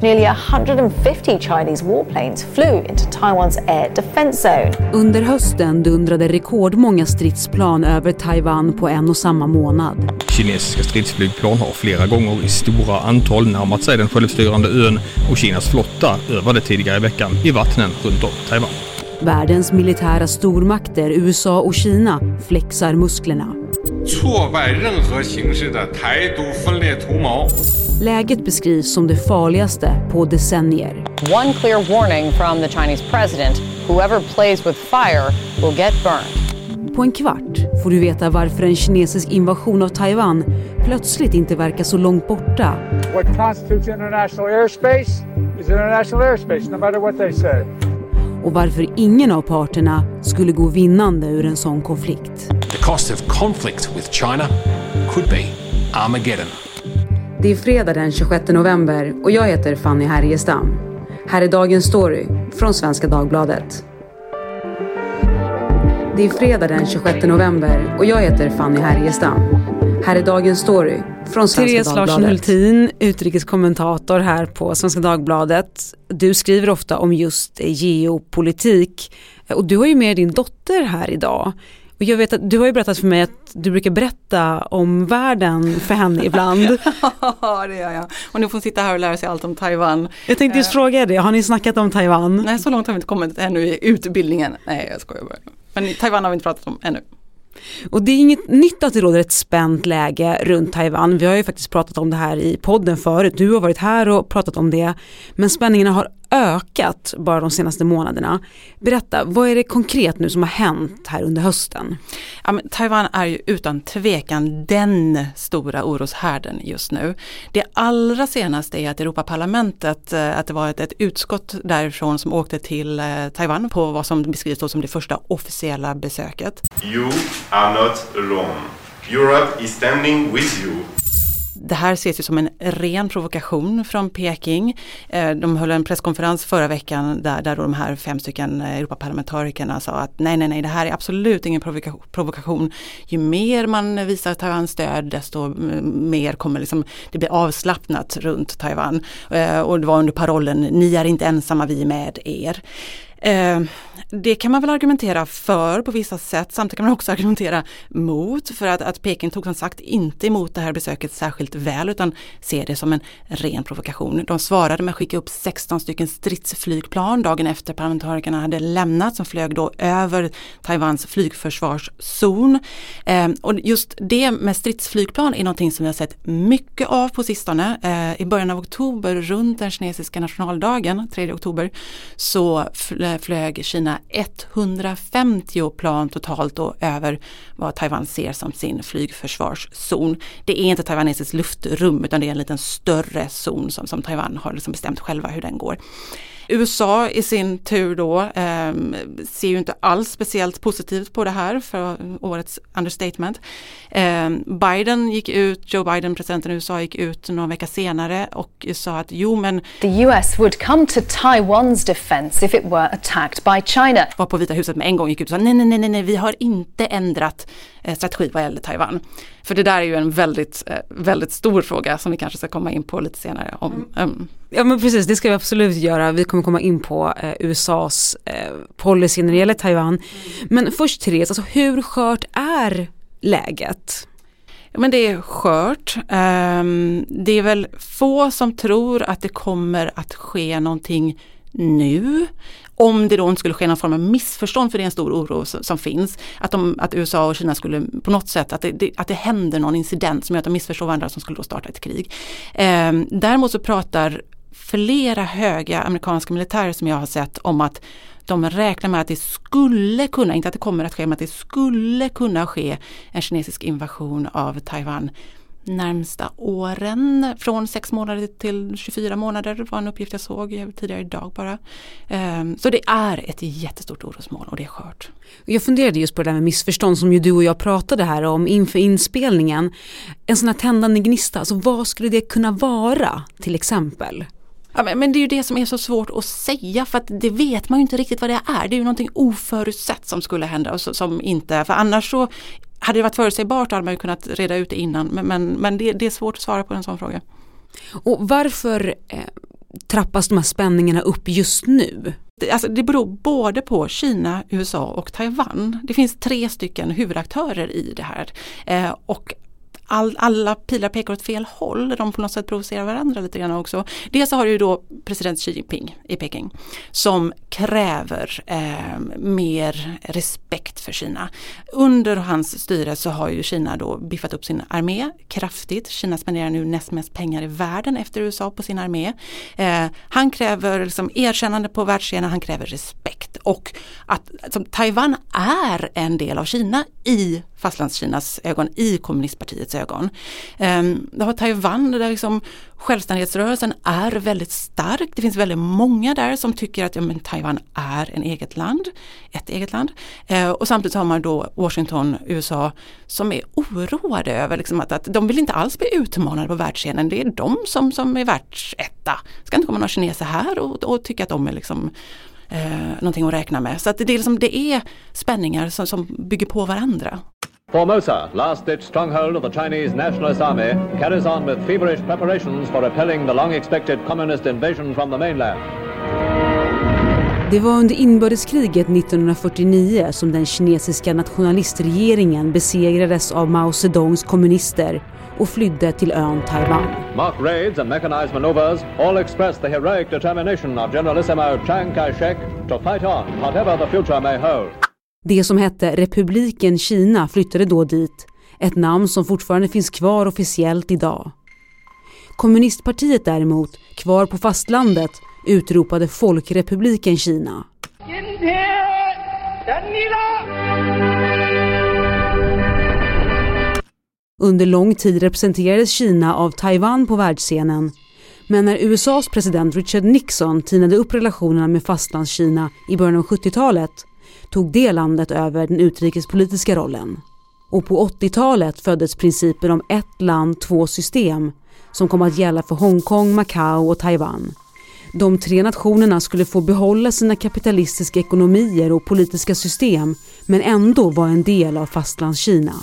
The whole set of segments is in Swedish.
nearly 150 Chinese warplanes flew into Taiwan's air defense zone. Under hösten dundrade rekordmånga stridsplan över Taiwan på en och samma månad. Kinesiska stridsflygplan har flera gånger i stora antal närmat sig den självstyrande ön och Kinas flotta övade tidigare i veckan i vattnen runt om Taiwan. Världens militära stormakter, USA och Kina, flexar musklerna. Läget beskrivs som det farligaste på decennier. One clear warning from the Chinese president: whoever plays with fire will get burned. På en kvart får du veta varför en kinesisk invasion av Taiwan plötsligt inte verkar så långt borta. What constitutes international airspace is international airspace, no matter what they say. Och varför ingen av parterna skulle gå vinnande ur en sån konflikt. The cost of conflict with China could be Armageddon. Det är fredag den 26 november och jag heter Fanny Härgestam. Här är dagens story från Svenska Dagbladet. Det är fredag den 26 november och jag heter Fanny Härgestam. Här är dagens story från Svenska Therese Dagbladet. Larsson Hultin, utrikeskommentator här på Svenska Dagbladet. Du skriver ofta om just geopolitik och du har ju med din dotter här idag. Och jag vet att du har ju berättat för mig att du brukar berätta om världen för henne ibland. Ja, det gör jag. Och nu får hon sitta här och lära sig allt om Taiwan. Jag tänkte just fråga dig, har ni snackat om Taiwan? Nej, så långt har vi inte kommit ännu i utbildningen. Nej, jag skojar bara. Men Taiwan har vi inte pratat om ännu. Och det är inget nytt att det råder ett spänt läge runt Taiwan. Vi har ju faktiskt pratat om det här i podden förut. Du har varit här och pratat om det. Men spänningarna har ökat bara de senaste månaderna. Berätta, vad är det konkret nu som har hänt här under hösten? Ja, men Taiwan är ju utan tvekan den stora oroshärden just nu. Det allra senaste är att Europaparlamentet, att det var ett utskott därifrån som åkte till Taiwan på vad som beskrivs då som det första officiella besöket. You are not alone. Europe is standing with you. Det här ses ju som en ren provokation från Peking. De höll en presskonferens förra veckan där de här 5 stycken Europaparlamentarikerna sa att nej, det här är absolut ingen provokation. Ju mer man visar Taiwans stöd, desto mer kommer liksom, det blir avslappnat runt Taiwan. Och det var under parollen, ni är inte ensamma, vi är med er. Det kan man väl argumentera för på vissa sätt. Samtidigt kan man också argumentera mot, för att Peking tog som sagt inte emot det här besöket särskilt väl utan ser det som en ren provokation. De svarade med att skicka upp 16 stycken stridsflygplan dagen efter parlamentarikerna hade lämnat, som flög då över Taiwans flygförsvarszon. Och just det med stridsflygplan är någonting som vi har sett mycket av på sistone. I början av oktober, runt den kinesiska nationaldagen, 3 oktober, så flög Kina 150 plan totalt då över vad Taiwan ser som sin flygförsvarszon. Det är inte taiwanesiskt luftrum utan det är en liten större zon som Taiwan har liksom bestämt själva hur den går. USA i sin tur då ser ju inte alls speciellt positivt på det här för årets understatement. Joe Biden, presidenten i USA, gick ut någon vecka senare och sa att the US would come to Taiwan's defense if it were attacked by China. Var på Vita huset med en gång gick ut och sa nej, vi har inte ändrat strategi vad gäller Taiwan. För det där är ju en väldigt, väldigt stor fråga som vi kanske ska komma in på lite senare om. Ja men precis, det ska vi absolut göra. Vi kommer komma in på USAs policy när det gäller Taiwan. Men först Therese, alltså hur skört är läget? Ja, men det är skört. Det är väl få som tror att det kommer att ske någonting nu. Om det då inte skulle ske någon form av missförstånd, för det är en stor oro som finns. Att USA och Kina skulle på något sätt, att det händer någon incident som gör att de missförstår varandra som skulle då starta ett krig. Däremot så pratar flera höga amerikanska militärer som jag har sett om att de räknar med att det skulle kunna, inte att det kommer att ske, men att det skulle kunna ske en kinesisk invasion av Taiwan närmsta åren, från 6 månader till 24 månader var en uppgift jag såg tidigare idag bara. Så det är ett jättestort orosmål och det är skört. Jag funderade just på det där med missförstånd som ju du och jag pratade här om inför inspelningen. En sån här tändande gnista, alltså vad skulle det kunna vara till exempel? Ja, men det är ju det som är så svårt att säga, för att det vet man ju inte riktigt vad det är. Det är ju någonting oförutsett som skulle hända och som inte, för annars så hade det varit förutsägbart hade man ju kunnat reda ut det innan. Men det är svårt att svara på en sån fråga. Och varför trappas de här spänningarna upp just nu? Alltså det beror både på Kina, USA och Taiwan. Det finns 3 stycken huvudaktörer i det här. Och alla pilar pekar åt fel håll. De på något sätt provocerar varandra lite grann också. Dels så har du ju då president Xi Jinping i Peking som kräver mer respekt för Kina. Under hans styre så har ju Kina då biffat upp sin armé kraftigt. Kina spenderar nu näst mest pengar i världen efter USA på sin armé. Han kräver liksom erkännande på världsscenen, han kräver respekt. Och att alltså, Taiwan är en del av Kina i fastlandskinas ögon, i kommunistpartiets ögon. Det har Taiwan där liksom självständighetsrörelsen är väldigt stark. Det finns väldigt många där som tycker att Taiwan är ett eget land. Och samtidigt har man då Washington, USA som är oroade över liksom att de vill inte alls bli utmanade på världsscenen. Det är de som är världsetta. Ska inte komma några kineser här och tycka att de är liksom någonting att räkna med. Så att det är spänningar som bygger på varandra. Formosa, last-ditch stronghold of the Chinese Nationalist Army, carries on with feverish preparations for repelling the long-expected communist invasion from the mainland. Det var under inbördeskriget 1949 som den kinesiska nationalistregeringen besegrades av Mao Zedongs kommunister och flydde till ön Taiwan. Mock raids and mechanized maneuvers all express the heroic determination of Generalissimo Chiang Kai-shek to fight on whatever the future may hold. Det som hette Republiken Kina flyttade då dit, ett namn som fortfarande finns kvar officiellt idag. Kommunistpartiet däremot, kvar på fastlandet, utropade Folkrepubliken Kina. Under lång tid representerades Kina av Taiwan på världsscenen, men när USAs president Richard Nixon tinade upp relationerna med fastlandskina i början av 70-talet tog det landet över den utrikespolitiska rollen. Och på 80-talet föddes principen om ett land, 2 system som kom att gälla för Hongkong, Macau och Taiwan. De 3 nationerna skulle få behålla sina kapitalistiska ekonomier och politiska system men ändå vara en del av fastlandskina.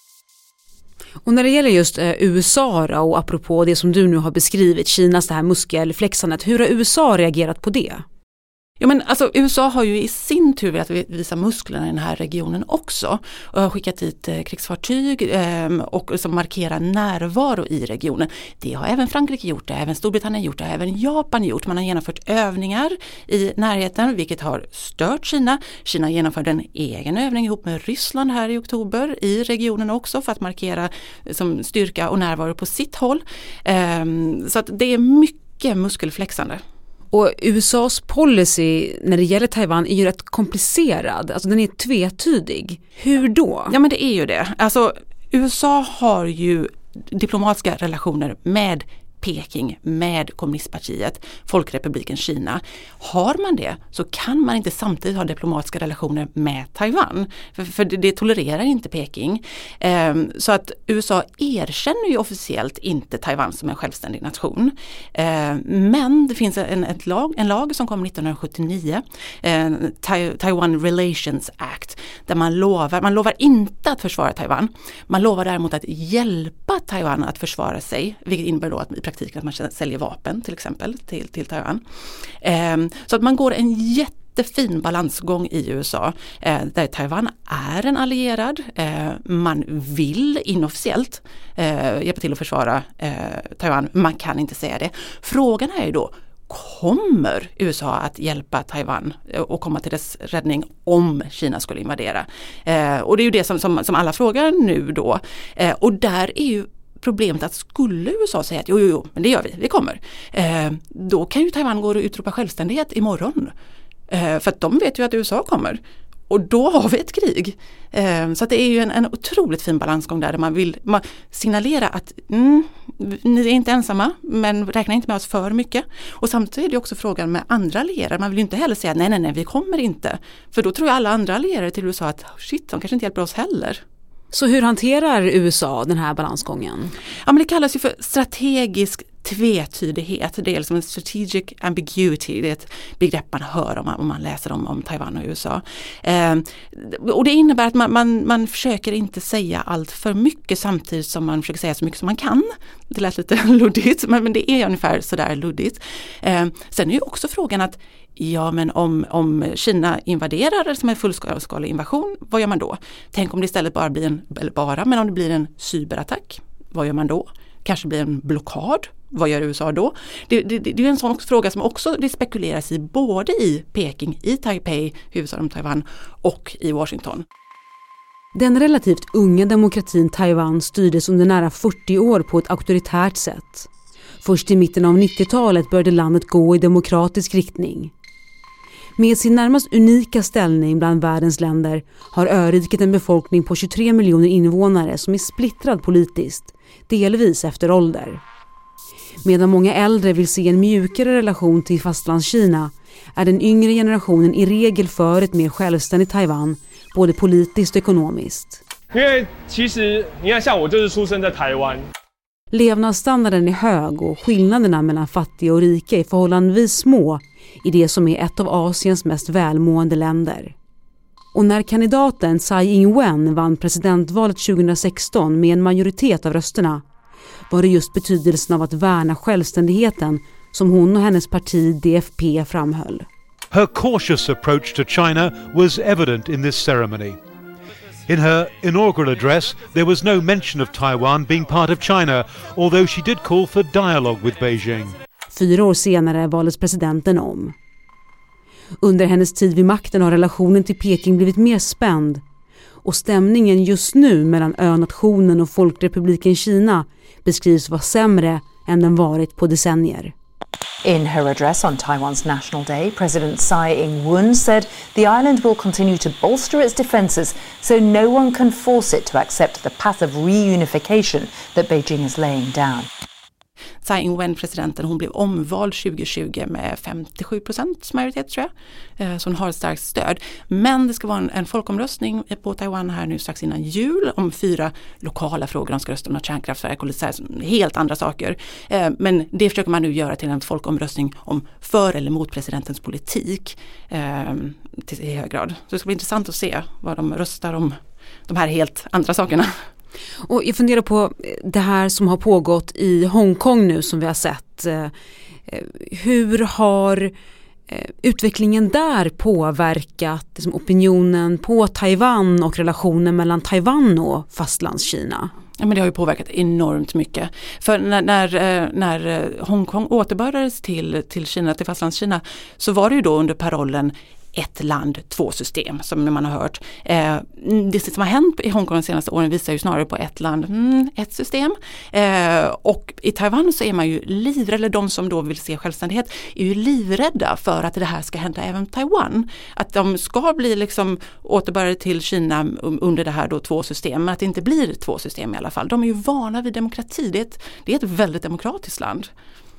Och när det gäller just USA och apropå det som du nu har beskrivit, Kinas det här muskelflexandet, hur har USA reagerat på det? Ja, men alltså, USA har ju i sin tur velat visa musklerna i den här regionen också och har skickat dit krigsfartyg och som markerar närvaro i regionen. Det har även Frankrike gjort, det har även Storbritannien gjort, det har även Japan gjort. Man har genomfört övningar i närheten vilket har stört Kina. Kina genomförde en egen övning ihop med Ryssland här i oktober i regionen också för att markera som styrka och närvaro på sitt håll. Så att det är mycket muskelflexande. Och USAs policy när det gäller Taiwan är ju rätt komplicerad. Alltså den är tvetydig. Hur då? Ja, men det är ju det. Alltså USA har ju diplomatiska relationer med Peking, med kommunistpartiet, Folkrepubliken Kina. Har man det så kan man inte samtidigt ha diplomatiska relationer med Taiwan. För det tolererar inte Peking. Så att USA erkänner ju officiellt inte Taiwan som en självständig nation. Men det finns en lag som kom 1979, Taiwan Relations Act, där man lovar inte att försvara Taiwan. Man lovar däremot att hjälpa Taiwan att försvara sig, vilket innebär då att i praktiken att man säljer vapen till exempel till Taiwan. Så att man går en jättefin balansgång i USA där Taiwan är en allierad. Man vill inofficiellt hjälpa till att försvara Taiwan. Man kan inte säga det. Frågan är ju då, kommer USA att hjälpa Taiwan och komma till dess räddning om Kina skulle invadera? Och det är ju det som alla frågar nu då. Och där är ju problemet att skulle USA säga att jo, men det gör vi kommer. Då kan ju Taiwan gå och utropa självständighet imorgon. För att de vet ju att USA kommer. Och då har vi ett krig. Så att det är ju en otroligt fin balansgång där man vill signalera att ni är inte ensamma, men räkna inte med oss för mycket. Och samtidigt är det också frågan med andra allierade. Man vill ju inte heller säga nej, vi kommer inte. För då tror jag alla andra allierade till USA att shit, de kanske inte hjälper oss heller. Så hur hanterar USA den här balansgången? Ja, men det kallas ju för strategisk tvetydighet. Det är liksom en strategic ambiguity. Det är ett begrepp man hör om man läser om Taiwan och USA. Och det innebär att man försöker inte säga allt för mycket samtidigt som man försöker säga så mycket som man kan. Det lät lite luddigt, men det är ungefär sådär luddigt. Sen är ju också frågan att men om Kina invaderar som en fullskalig invasion, vad gör man då? Tänk om det istället bara blir men om det blir en cyberattack, vad gör man då? Kanske blir en blockad, vad gör USA då? Det är en sån fråga som också det spekuleras i både i Peking, i Taipei, huvudstaden Taiwan och i Washington. Den relativt unga demokratin Taiwan styrdes under nära 40 år på ett auktoritärt sätt. Först i mitten av 90-talet började landet gå i demokratisk riktning. Med sin närmast unika ställning bland världens länder har öriket en befolkning på 23 miljoner invånare som är splittrad politiskt, delvis efter ålder. Medan många äldre vill se en mjukare relation till fastlandskina är den yngre generationen i regel för ett mer självständigt Taiwan, både politiskt och ekonomiskt. Levnadsstandarden är hög och skillnaderna mellan fattiga och rika är förhållandevis små i det som är ett av Asiens mest välmående länder. Och när kandidaten Tsai Ing-wen vann presidentvalet 2016 med en majoritet av rösterna var det just betydelsen av att värna självständigheten som hon och hennes parti DFP framhöll. Her cautious approach to China was evident in this ceremony. In her inaugural address, there was no mention of Taiwan being part of China, although she did call for dialogue with Beijing. 4 år senare valdes presidenten om. Under hennes tid vid makten har relationen till Peking blivit mer spänd och stämningen just nu mellan önationen och Folkrepubliken Kina beskrivs vara sämre än den varit på decennier. In her address on Taiwan's National Day, President Tsai Ing-wen said the island will continue to bolster its defences so no one can force it to accept the path of reunification that Beijing is laying down. Tsai Ing-wen, presidenten, hon blev omvald 2020 med 57% majoritet tror jag. Så hon har ett starkt stöd. Men det ska vara en folkomröstning på Taiwan här nu strax innan jul om 4 lokala frågor. De ska rösta om kärnkraftverk och lite helt andra saker. Men det försöker man nu göra till en folkomröstning om för eller mot presidentens politik i hög grad. Så det ska bli intressant att se vad de röstar om de här helt andra sakerna. Och jag funderar på det här som har pågått i Hongkong nu som vi har sett. Hur har utvecklingen där påverkat liksom, opinionen på Taiwan och relationen mellan Taiwan och fastlandskina? Ja, men det har ju påverkat enormt mycket. För när Hongkong återbördades till Kina, till fastlandskina, så var det ju då under parollen ett land, 2 system, som man har hört. Det som har hänt i Hongkong de senaste åren visar ju snarare på ett land, ett system. Och i Taiwan så är man ju livrädda, eller de som då vill se självständighet är ju livrädda för att det här ska hända även Taiwan. Att de ska bli liksom återbörjade till Kina under det här då 2 system, men att det inte blir 2 system i alla fall. De är ju vana vid demokrati. Det är ett väldigt demokratiskt land.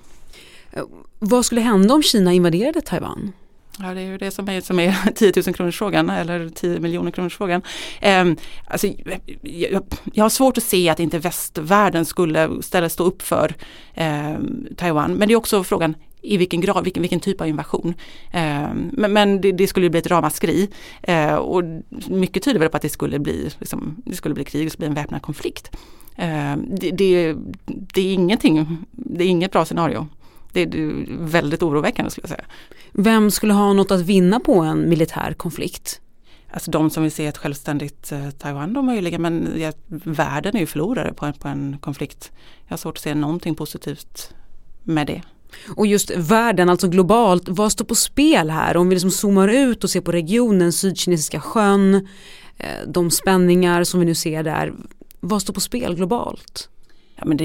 Vad skulle hända om Kina invaderade Taiwan? Ja, det är ju det som är 10 000 kronors frågan eller 10 miljoner kronors frågan. Alltså, jag har svårt att se att inte västvärlden skulle stå upp för Taiwan. Men det är också frågan i vilken grad, vilken typ av invasion. Men det skulle bli ett ramaskri. Och mycket tyder väl på att det skulle bli krig, det skulle bli en väpnad konflikt. Det är inget bra scenario. Det är väldigt oroväckande skulle jag säga. Vem skulle ha något att vinna på en militär konflikt? Alltså de som vill se ett självständigt Taiwan då möjligen, men världen är ju förlorare på en konflikt. Jag har svårt att se någonting positivt med det. Och just världen, alltså globalt, vad står på spel här? Om vi liksom zoomar ut och ser på regionen, Sydkinesiska sjön, de spänningar som vi nu ser där, vad står på spel globalt? Ja, men det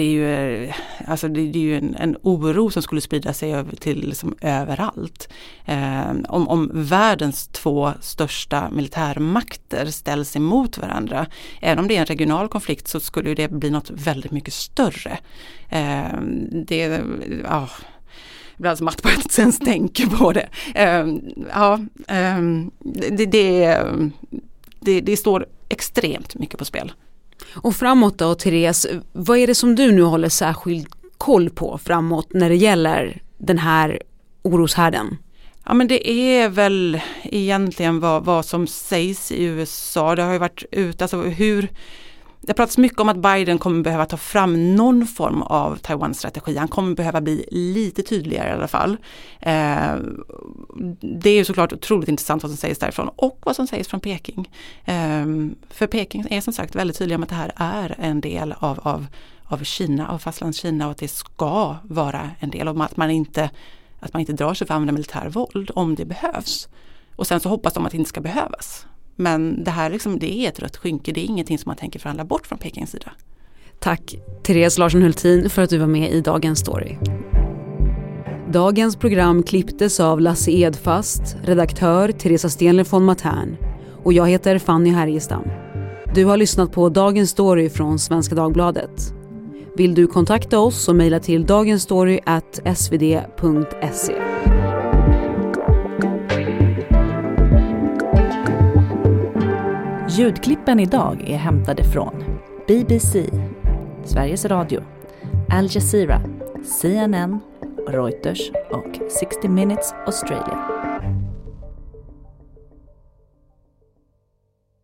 är ju en oro som skulle sprida sig över till liksom överallt. Om världens 2 största militärmakter ställs emot varandra, även om det är en regional konflikt, så skulle det bli något väldigt mycket större. Jag blir alltså matt på att inte ens tänka på det. Det står extremt mycket på spel. Och framåt då, Therese, vad är det som du nu håller särskilt koll på framåt när det gäller den här oroshärden? Ja, men det är väl egentligen vad som sägs i USA. Det har ju varit ute, alltså det pratas mycket om att Biden kommer behöva ta fram någon form av Taiwan-strategi. Han kommer behöva bli lite tydligare i alla fall. Det är ju såklart otroligt intressant vad som sägs därifrån och vad som sägs från Peking. För Peking är som sagt väldigt tydliga med att det här är en del av Kina, av fastlandskina, och att det ska vara en del av att man inte drar sig för att använda militär våld om det behövs. Och sen så hoppas de att det inte ska behövas. Men det här liksom, det är ett rött skynke. Det är ingenting som man tänker förhandla bort från Pekings sida. Tack Therese Larsson Hultin för att du var med i Dagens Story. Dagens program klipptes av Lasse Edfast, redaktör Teresa Stenler von Matern, och jag heter Fanny Härgestam. Du har lyssnat på Dagens Story från Svenska Dagbladet. Vill du kontakta oss så mejla till dagensstory@svd.se. Ljudklippen idag är hämtade från BBC, Sveriges Radio, Al Jazeera, CNN, Reuters och 60 Minutes Australia.